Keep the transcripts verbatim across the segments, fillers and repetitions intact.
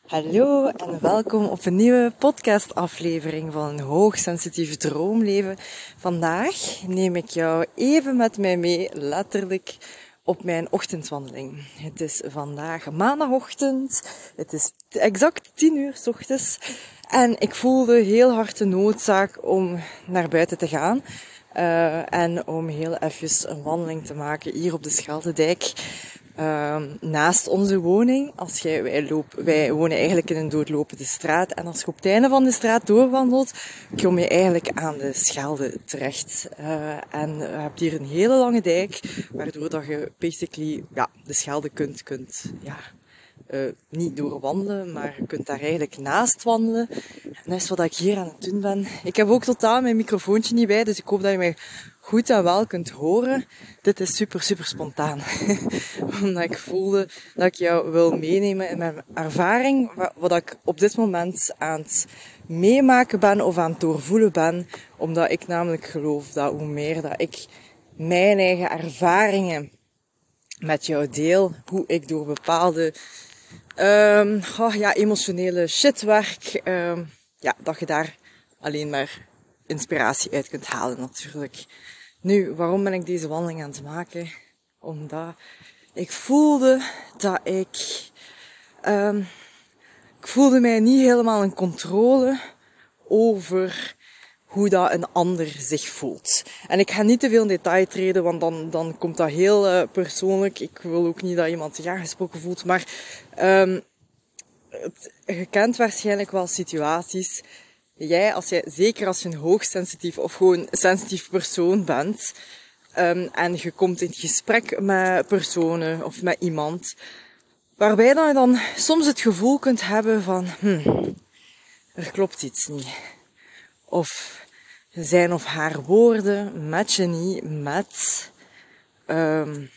Hallo en welkom op een nieuwe podcastaflevering van een hoogsensitief droomleven. Vandaag neem ik jou even met mij mee, letterlijk, op mijn ochtendwandeling. Het is vandaag maandagochtend, het is exact tien uur 's ochtends en ik voelde heel hard de noodzaak om naar buiten te gaan. Uh, en om heel even een wandeling te maken hier op de Scheldedijk. Uh, naast onze woning. Als jij, wij, loop, wij wonen eigenlijk in een doodlopende straat. En als je op het einde van de straat doorwandelt, kom je eigenlijk aan de Schelde terecht. Uh, en je hebt hier een hele lange dijk, waardoor dat je basically ja, de Schelde kunt, kunt ja, uh, niet doorwandelen, maar je kunt daar eigenlijk naast wandelen. En dat is wat ik hier aan het doen ben. Ik heb ook totaal mijn microfoontje niet bij, dus ik hoop dat je mij goed en wel kunt horen. Dit is super, super spontaan. Omdat ik voelde dat ik jou wil meenemen in mijn ervaring, wat ik op dit moment aan het meemaken ben of aan het doorvoelen ben. Omdat ik namelijk geloof dat hoe meer dat ik mijn eigen ervaringen met jou deel, hoe ik door bepaalde um, oh ja, emotionele shit werk, um, ja, dat je daar alleen maar inspiratie uit kunt halen natuurlijk. Nu, waarom ben ik deze wandeling aan het maken? Omdat ik voelde dat ik... Um, ik voelde mij niet helemaal in controle over hoe dat een ander zich voelt. En ik ga niet te veel in detail treden, want dan, dan komt dat heel uh, persoonlijk. Ik wil ook niet dat iemand zich aangesproken voelt. Maar um, het, je kent waarschijnlijk wel situaties. Jij, als jij, zeker als je een hoogsensitief of gewoon sensitief persoon bent, um, en je komt in gesprek met personen of met iemand, waarbij dan je dan soms het gevoel kunt hebben van, hm, er klopt iets niet. Of zijn of haar woorden matchen niet met, um,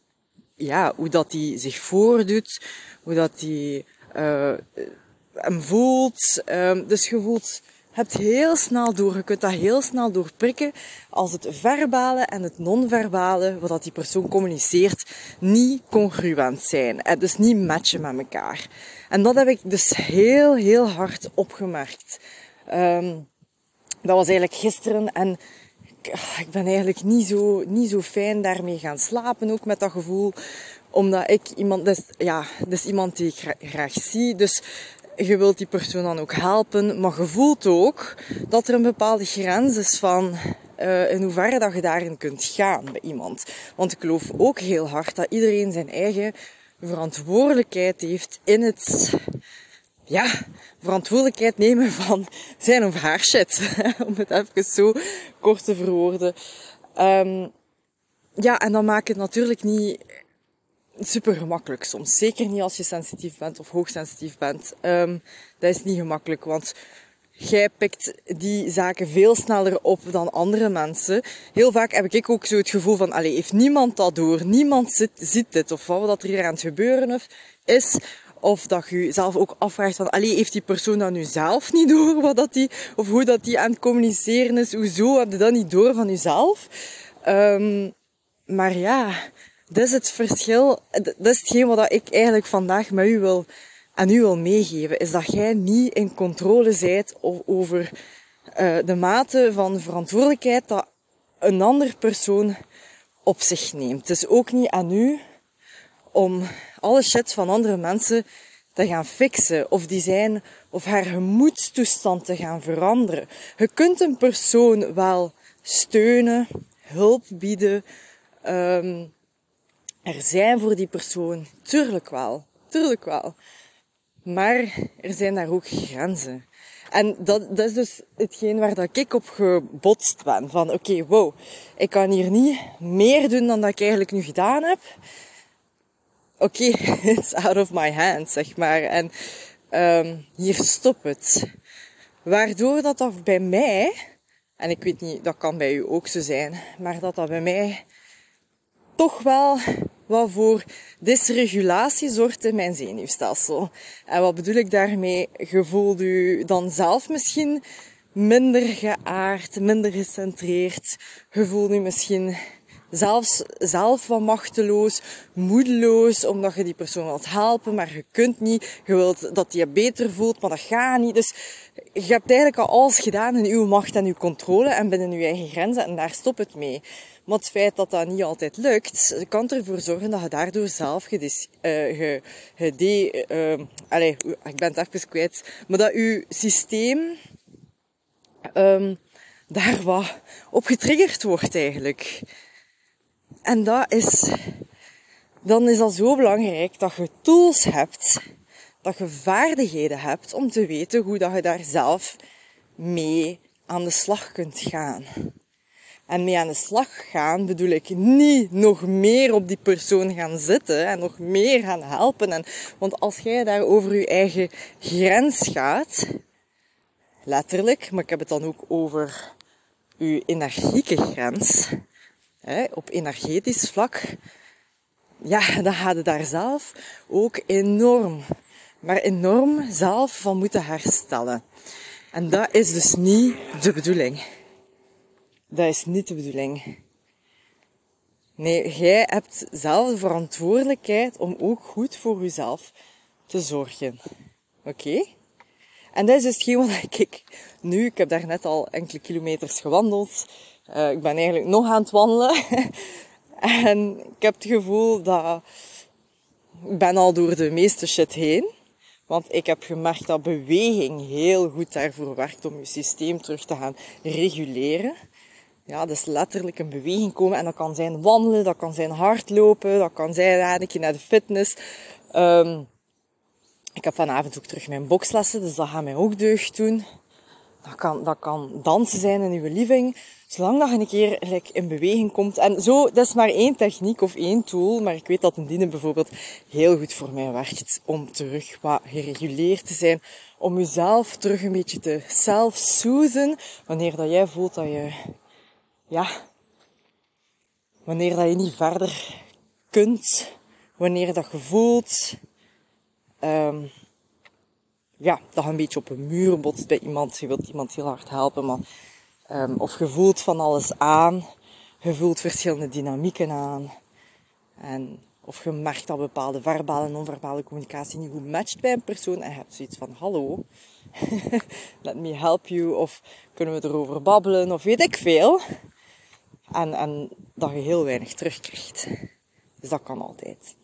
ja, hoe dat die zich voordoet, hoe dat die, uh, hem voelt. Um, dus je voelt, hebt heel snel door, je kunt dat heel snel doorprikken als het verbale en het non-verbale, wat dat die persoon communiceert, niet congruent zijn. En dus niet matchen met elkaar. En dat heb ik dus heel, heel hard opgemerkt. Um, dat was eigenlijk gisteren en ik, ik ben eigenlijk niet zo, niet zo fijn daarmee gaan slapen, ook met dat gevoel. Omdat ik iemand, dus, ja, dus iemand die ik gra- graag zie, dus je wilt die persoon dan ook helpen, maar je voelt ook dat er een bepaalde grens is van uh, in hoeverre dat je daarin kunt gaan bij iemand. Want ik geloof ook heel hard dat iedereen zijn eigen verantwoordelijkheid heeft in het, ja, verantwoordelijkheid nemen van zijn of haar shit. Om het even zo kort te verwoorden. Um, ja, en dan maakt het natuurlijk niet super gemakkelijk soms. Zeker niet als je sensitief bent of hoogsensitief bent. Um, dat is niet gemakkelijk, want jij pikt die zaken veel sneller op dan andere mensen. Heel vaak heb ik ook zo het gevoel van, allee, heeft niemand dat door? Niemand zit, ziet dit, of wat er hier aan het gebeuren is. Of dat je jezelf ook afvraagt van, allee, heeft die persoon dat nu zelf niet door, wat dat die, of hoe dat die aan het communiceren is? Hoezo heb je dat niet door van jezelf? Um, maar ja, dat is het verschil, dat is hetgeen wat ik eigenlijk vandaag met u wil, aan u wil meegeven, is dat jij niet in controle bent over uh, de mate van verantwoordelijkheid dat een ander persoon op zich neemt. Het is ook niet aan u om alle shit van andere mensen te gaan fixen, of die zijn, of haar gemoedstoestand te gaan veranderen. Je kunt een persoon wel steunen, hulp bieden, um, er zijn voor die persoon, tuurlijk wel, tuurlijk wel. Maar er zijn daar ook grenzen. En dat, dat is dus hetgeen waar dat ik op gebotst ben. Van oké, okay, wow, ik kan hier niet meer doen dan dat ik eigenlijk nu gedaan heb. Oké, okay, it's out of my hands, zeg maar. En um, hier stopt het. Waardoor dat dat bij mij, en ik weet niet, dat kan bij u ook zo zijn, maar dat dat bij mij toch wel wat voor dysregulatie zorgt in mijn zenuwstelsel. En wat bedoel ik daarmee? Je voelt u dan zelf misschien minder geaard, minder gecentreerd. Je voelt u misschien zelfs zelf wat machteloos, moedeloos, omdat je die persoon wilt helpen, maar je kunt niet. Je wilt dat die je beter voelt, maar dat gaat niet. Dus je hebt eigenlijk al alles gedaan in uw macht en uw controle en binnen uw eigen grenzen en daar stopt het mee. Maar het feit dat dat niet altijd lukt, kan ervoor zorgen dat je daardoor zelf gedis, uh, ge, gede, uh, allez, ik ben het even kwijt, maar dat je systeem um, daar wat op getriggerd wordt eigenlijk. En dat is, dan is dat zo belangrijk dat je tools hebt, dat je vaardigheden hebt om te weten hoe dat je daar zelf mee aan de slag kunt gaan. En mee aan de slag gaan bedoel ik niet nog meer op die persoon gaan zitten en nog meer gaan helpen. En, want als jij daar over je eigen grens gaat, letterlijk, maar ik heb het dan ook over je energieke grens, hè, op energetisch vlak, ja, dan ga je daar zelf ook enorm, maar enorm zelf van moeten herstellen. En dat is dus niet de bedoeling. Dat is niet de bedoeling. Nee, jij hebt zelf de verantwoordelijkheid om ook goed voor jezelf te zorgen. Oké? Okay? En dat is dus hetgeen wat ik nu, ik heb daar net al enkele kilometers gewandeld. Uh, ik ben eigenlijk nog aan het wandelen. En ik heb het gevoel dat ik ben al door de meeste shit heen. Want ik heb gemerkt dat beweging heel goed daarvoor werkt om je systeem terug te gaan reguleren. Ja, dus letterlijk in beweging komen. En dat kan zijn wandelen, dat kan zijn hardlopen, dat kan zijn ja, een keer naar de fitness. Um, ik heb vanavond ook terug mijn bokslessen, dus dat gaat mij ook deugd doen. Dat kan, dat kan dansen zijn in uw living. Zolang dat je een keer like, in beweging komt. En zo, dat is maar één techniek of één tool. Maar ik weet dat een dienen bijvoorbeeld heel goed voor mij werkt. Om terug wat gereguleerd te zijn. Om jezelf terug een beetje te self-soothen. Wanneer dat jij voelt dat je... Ja, wanneer dat je niet verder kunt, wanneer dat je voelt, um, ja, dat je een beetje op een muur botst bij iemand, je wilt iemand heel hard helpen, maar, um, of je voelt van alles aan, je voelt verschillende dynamieken aan, en of je merkt dat bepaalde verbale en non-verbale communicatie niet goed matcht bij een persoon, en je hebt zoiets van, hallo, let me help you, of kunnen we erover babbelen, of weet ik veel. En, en dat je heel weinig terugkrijgt. Dus dat kan altijd.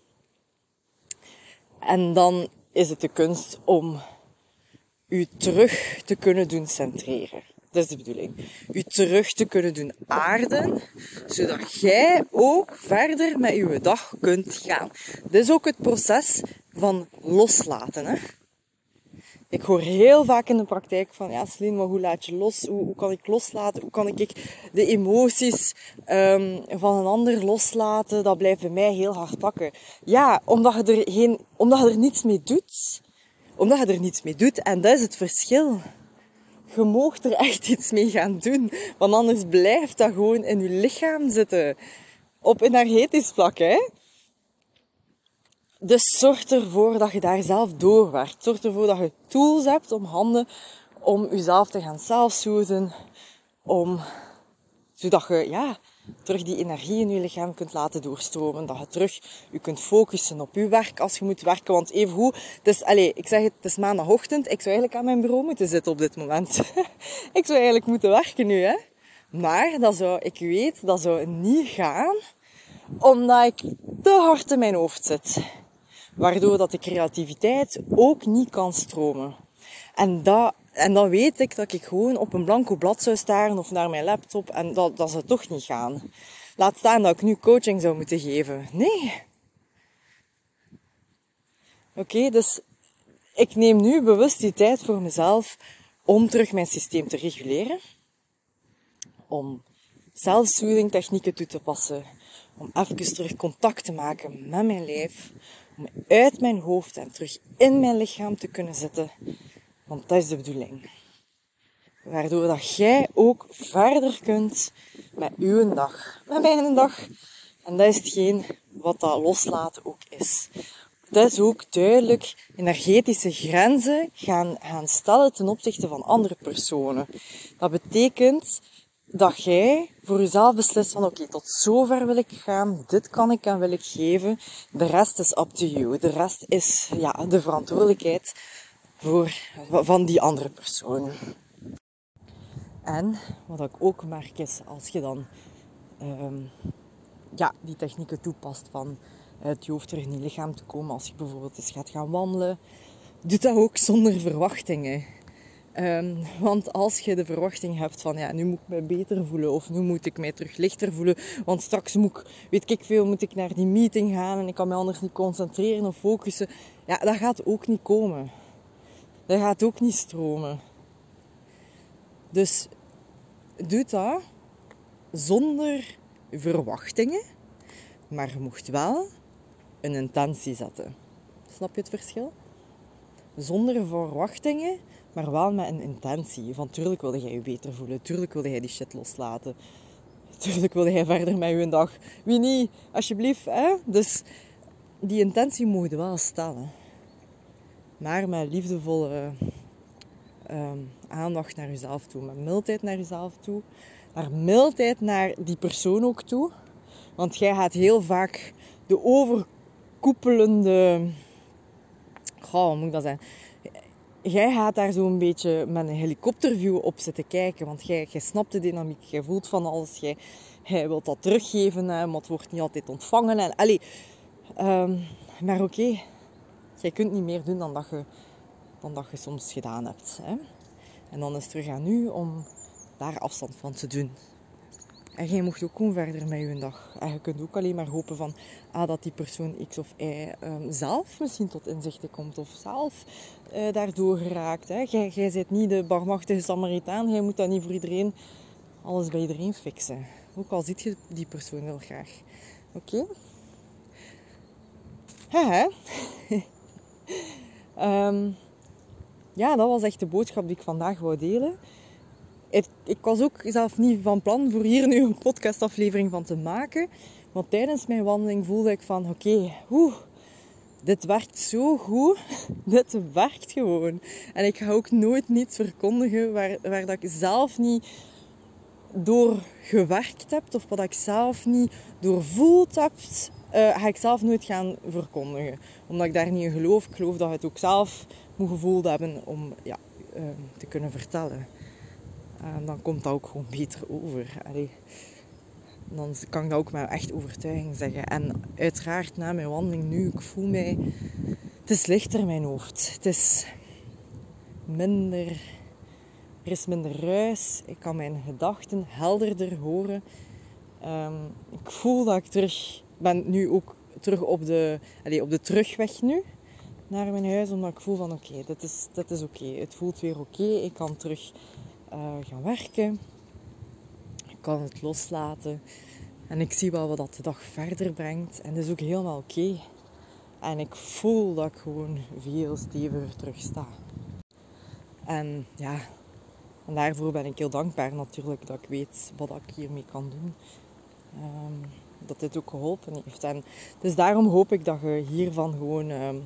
En dan is het de kunst om u terug te kunnen doen centreren. Dat is de bedoeling. U terug te kunnen doen aarden, zodat jij ook verder met uw dag kunt gaan. Dit is ook het proces van loslaten, hè. Ik hoor heel vaak in de praktijk van, ja Celine, maar hoe laat je los? Hoe, hoe kan ik loslaten? Hoe kan ik de emoties um, van een ander loslaten? Dat blijft bij mij heel hard plakken. Ja, omdat je er geen, omdat je er niets mee doet. Omdat je er niets mee doet. En dat is het verschil. Je moogt er echt iets mee gaan doen. Want anders blijft dat gewoon in je lichaam zitten. Op energetisch vlak, hè. Dus zorg ervoor dat je daar zelf doorwerkt. Zorg ervoor dat je tools hebt om handen, om jezelf te gaan self-soothen, om, zodat je, ja, terug die energie in je lichaam kunt laten doorstromen. Dat je terug je kunt focussen op je werk als je moet werken. Want even hoe, het is, allez, ik zeg het, het is maandagochtend. Ik zou eigenlijk aan mijn bureau moeten zitten op dit moment. Ik zou eigenlijk moeten werken nu, hè. Maar dat zou, ik weet, dat zou niet gaan, omdat ik te hard in mijn hoofd zit. Waardoor dat de creativiteit ook niet kan stromen. En, dat, en dan weet ik dat ik gewoon op een blanco blad zou staren of naar mijn laptop. En dat, dat zou toch niet gaan. Laat staan dat ik nu coaching zou moeten geven. Nee. Oké, okay, dus ik neem nu bewust die tijd voor mezelf om terug mijn systeem te reguleren. Om self-soothing technieken toe te passen. Om even terug contact te maken met mijn lijf. Om uit mijn hoofd en terug in mijn lichaam te kunnen zitten. Want dat is de bedoeling. Waardoor dat jij ook verder kunt met uw dag. Met mijn dag. En dat is hetgeen wat dat loslaten ook is. Dat is ook duidelijk energetische grenzen gaan, gaan stellen ten opzichte van andere personen. Dat betekent dat jij voor jezelf beslist van oké, okay, tot zover wil ik gaan, dit kan ik en wil ik geven. De rest is up to you. De rest is ja, de verantwoordelijkheid voor, van die andere persoon. En wat ik ook merk is, als je dan um, ja, die technieken toepast van uit je hoofd terug in je lichaam te komen, als je bijvoorbeeld eens gaat gaan wandelen, doe dat ook zonder verwachtingen. Um, want als je de verwachting hebt van ja, nu moet ik mij beter voelen of nu moet ik mij terug lichter voelen, want straks moet ik, weet ik veel, moet ik naar die meeting gaan en ik kan me anders niet concentreren of focussen. Ja, dat gaat ook niet komen. Dat gaat ook niet stromen. Dus doe dat zonder verwachtingen, maar je mocht wel een intentie zetten. Snap je het verschil? Zonder verwachtingen, maar wel met een intentie. Van tuurlijk wilde jij je beter voelen, tuurlijk wilde jij die shit loslaten. Tuurlijk wilde jij verder met je dag. Wie niet? Alsjeblieft, hè? Dus die intentie mocht je wel stellen. Maar met liefdevolle um, aandacht naar jezelf toe. Met mildheid naar jezelf toe. Maar mildheid naar die persoon ook toe. Want jij gaat heel vaak de overkoepelende... Goh, hoe moet ik dat zeggen? Jij gaat daar zo'n beetje met een helikopterview op zitten kijken. Want jij, jij snapt de dynamiek. Jij voelt van alles. Jij, jij wilt dat teruggeven. Hè, maar het wordt niet altijd ontvangen. En, allee, um, maar oké. Okay, jij kunt niet meer doen dan dat je, dan dat je soms gedaan hebt. Hè? En dan is het terug aan u om daar afstand van te doen. En jij mocht ook gewoon verder met je dag. En je kunt ook alleen maar hopen van, ah, dat die persoon X of Y um, zelf misschien tot inzichten komt. Of zelf uh, daardoor geraakt. Hè. Jij, jij bent niet de barmachtige Samaritaan. Jij moet dat niet voor iedereen, alles bij iedereen fixen. Ook al ziet je die persoon heel graag. Oké? Okay? um, ja, dat was echt de boodschap die ik vandaag wou delen. Ik, ik was ook zelf niet van plan voor hier nu een podcastaflevering van te maken. Want tijdens mijn wandeling voelde ik van... Oké, okay, dit werkt zo goed. Dit werkt gewoon. En ik ga ook nooit niets verkondigen waar, waar dat ik zelf niet door gewerkt heb. Of wat ik zelf niet doorvoeld heb. Uh, ga ik zelf nooit gaan verkondigen. Omdat ik daar niet in geloof. Ik geloof dat je het ook zelf moet gevoeld hebben om ja, uh, te kunnen vertellen. En dan komt dat ook gewoon beter over. Allee, dan kan ik dat ook met echt overtuiging zeggen. En uiteraard na mijn wandeling nu, ik voel mij... Het is lichter in mijn hoofd. Het is minder... Er is minder ruis. Ik kan mijn gedachten helderder horen. Um, ik voel dat ik terug... Ik ben nu ook terug op de, allee, op de terugweg nu. Naar mijn huis. Omdat ik voel van oké, okay, dit is, dit is oké. Okay. Het voelt weer oké. Okay. Ik kan terug... Uh, gaan werken. Ik kan het loslaten. En ik zie wel wat dat de dag verder brengt. En dat is ook helemaal oké. Okay. En ik voel dat ik gewoon veel steviger terug sta. En ja, en daarvoor ben ik heel dankbaar natuurlijk. Dat ik weet wat ik hiermee kan doen. Um, dat dit ook geholpen heeft. En dus daarom hoop ik dat je hiervan gewoon... Um,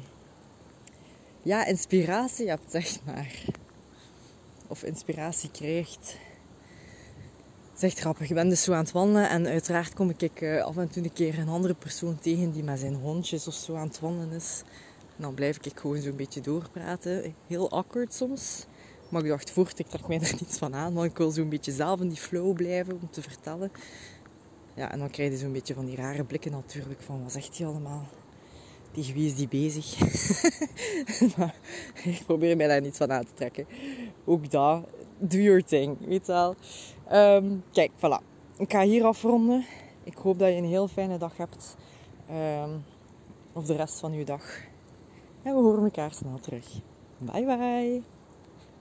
ja, inspiratie hebt, zeg maar. Of inspiratie krijgt. Het is echt grappig. Ik ben dus zo aan het wandelen. En uiteraard kom ik uh, af en toe een keer een andere persoon tegen die met zijn hondjes of zo aan het wandelen is. En dan blijf ik gewoon zo'n beetje doorpraten. Heel awkward soms. Maar ik dacht voort, ik trek mij er niets van aan. Want ik wil zo'n beetje zelf in die flow blijven om te vertellen. Ja, en dan krijg je zo'n beetje van die rare blikken natuurlijk. Van wat zegt hij allemaal? Tegen wie is die bezig? Maar ik probeer mij daar niets van aan te trekken. Ook dat. Do your thing. Weet je wel. Um, kijk, voilà. Ik ga hier afronden. Ik hoop dat je een heel fijne dag hebt. Um, of de rest van je dag. En we horen elkaar snel terug. Bye bye.